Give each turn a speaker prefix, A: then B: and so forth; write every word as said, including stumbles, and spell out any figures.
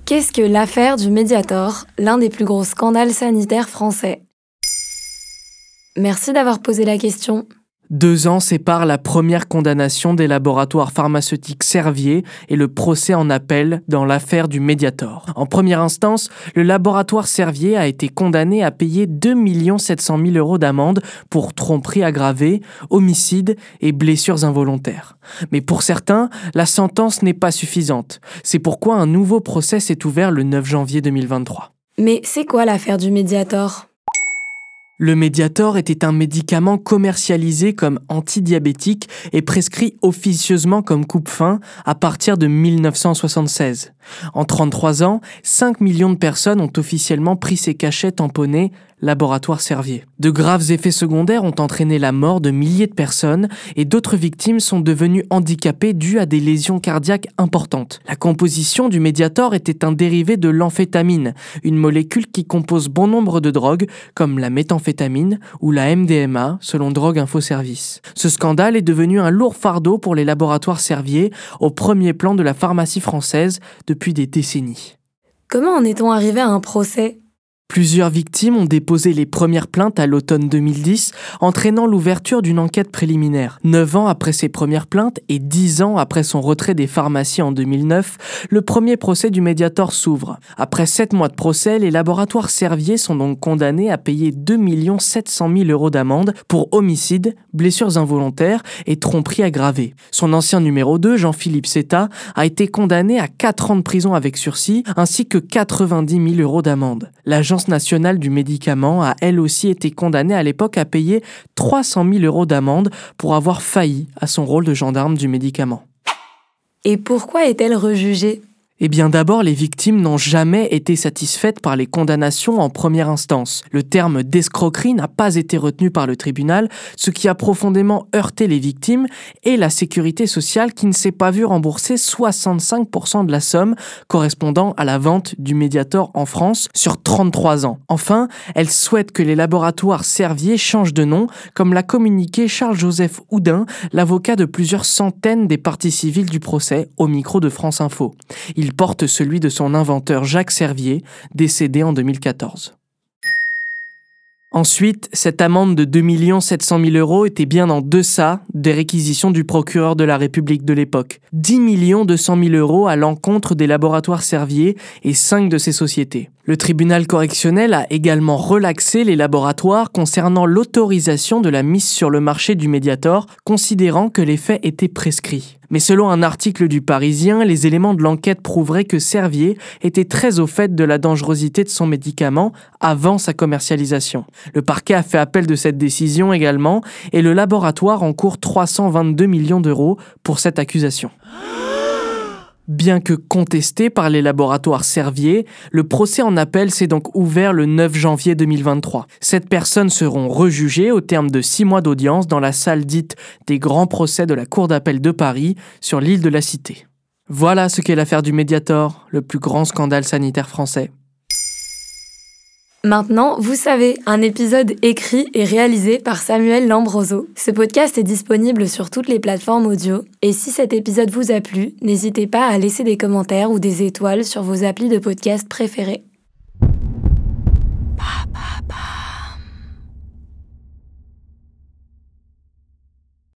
A: Qu'est-ce que l'affaire du Mediator, l'un des plus gros scandales sanitaires français ? Merci d'avoir posé la question.
B: Deux ans séparent la première condamnation des laboratoires pharmaceutiques Servier et le procès en appel dans l'affaire du Mediator. En première instance, le laboratoire Servier a été condamné à payer deux millions sept cent mille euros d'amende pour tromperie aggravée, homicide et blessures involontaires. Mais pour certains, la sentence n'est pas suffisante. C'est pourquoi un nouveau procès s'est ouvert le neuf janvier deux mille vingt-trois.
A: Mais c'est quoi l'affaire du Mediator ?
B: Le Mediator était un médicament commercialisé comme antidiabétique et prescrit officieusement comme coupe-faim à partir de dix-neuf cent soixante-seize. En trente-trois ans, cinq millions de personnes ont officiellement pris ces cachets tamponnés laboratoire Servier. De graves effets secondaires ont entraîné la mort de milliers de personnes et d'autres victimes sont devenues handicapées dues à des lésions cardiaques importantes. La composition du Mediator était un dérivé de l'amphétamine, une molécule qui compose bon nombre de drogues comme la méthamphétamine ou la M D M A selon Drogue Info Service. Ce scandale est devenu un lourd fardeau pour les laboratoires Servier, au premier plan de la pharmacie française depuis des décennies.
A: Comment en est-on arrivé à un procès ?
B: Plusieurs victimes ont déposé les premières plaintes à l'automne deux mille dix, entraînant l'ouverture d'une enquête préliminaire. Neuf ans après ses premières plaintes et dix ans après son retrait des pharmacies en deux mille neuf, le premier procès du Mediator s'ouvre. Après sept mois de procès, les laboratoires Servier sont donc condamnés à payer deux millions sept cent mille euros d'amende pour homicide, blessures involontaires et tromperie aggravée. Son ancien numéro deux, Jean-Philippe Setta, a été condamné à quatre ans de prison avec sursis, ainsi que quatre-vingt-dix mille euros d'amende. L'Agence nationale du médicament a elle aussi été condamnée à l'époque à payer trois cent mille euros d'amende pour avoir failli à son rôle de gendarme du médicament.
A: Et pourquoi est-elle rejugée ?
B: Eh bien d'abord, les victimes n'ont jamais été satisfaites par les condamnations en première instance. Le terme d'escroquerie n'a pas été retenu par le tribunal, ce qui a profondément heurté les victimes et la sécurité sociale qui ne s'est pas vue rembourser soixante-cinq pour cent de la somme correspondant à la vente du Mediator en France sur trente-trois ans. Enfin, elle souhaite que les laboratoires Servier changent de nom, comme l'a communiqué Charles-Joseph Houdin, l'avocat de plusieurs centaines des parties civiles du procès, au micro de France Info. Il porte celui de son inventeur Jacques Servier, décédé en deux mille quatorze. Ensuite, cette amende de deux millions sept cent mille euros était bien en deçà des réquisitions du procureur de la République de l'époque. dix millions deux cent mille euros à l'encontre des laboratoires Servier et cinq de ses sociétés. Le tribunal correctionnel a également relaxé les laboratoires concernant l'autorisation de la mise sur le marché du Mediator, considérant que les faits étaient prescrits. Mais selon un article du Parisien, les éléments de l'enquête prouveraient que Servier était très au fait de la dangerosité de son médicament avant sa commercialisation. Le parquet a fait appel de cette décision également et le laboratoire encourt trois cent vingt-deux millions d'euros pour cette accusation. Bien que contesté par les laboratoires Servier, le procès en appel s'est donc ouvert le neuf janvier deux mille vingt-trois. Sept personnes seront rejugées au terme de six mois d'audience dans la salle dite des grands procès de la Cour d'appel de Paris sur l'île de la Cité. Voilà ce qu'est l'affaire du Mediator, le plus grand scandale sanitaire français.
A: Maintenant, vous savez, un épisode écrit et réalisé par Samuel Lambroso. Ce podcast est disponible sur toutes les plateformes audio. Et si cet épisode vous a plu, n'hésitez pas à laisser des commentaires ou des étoiles sur vos applis de podcast préférés.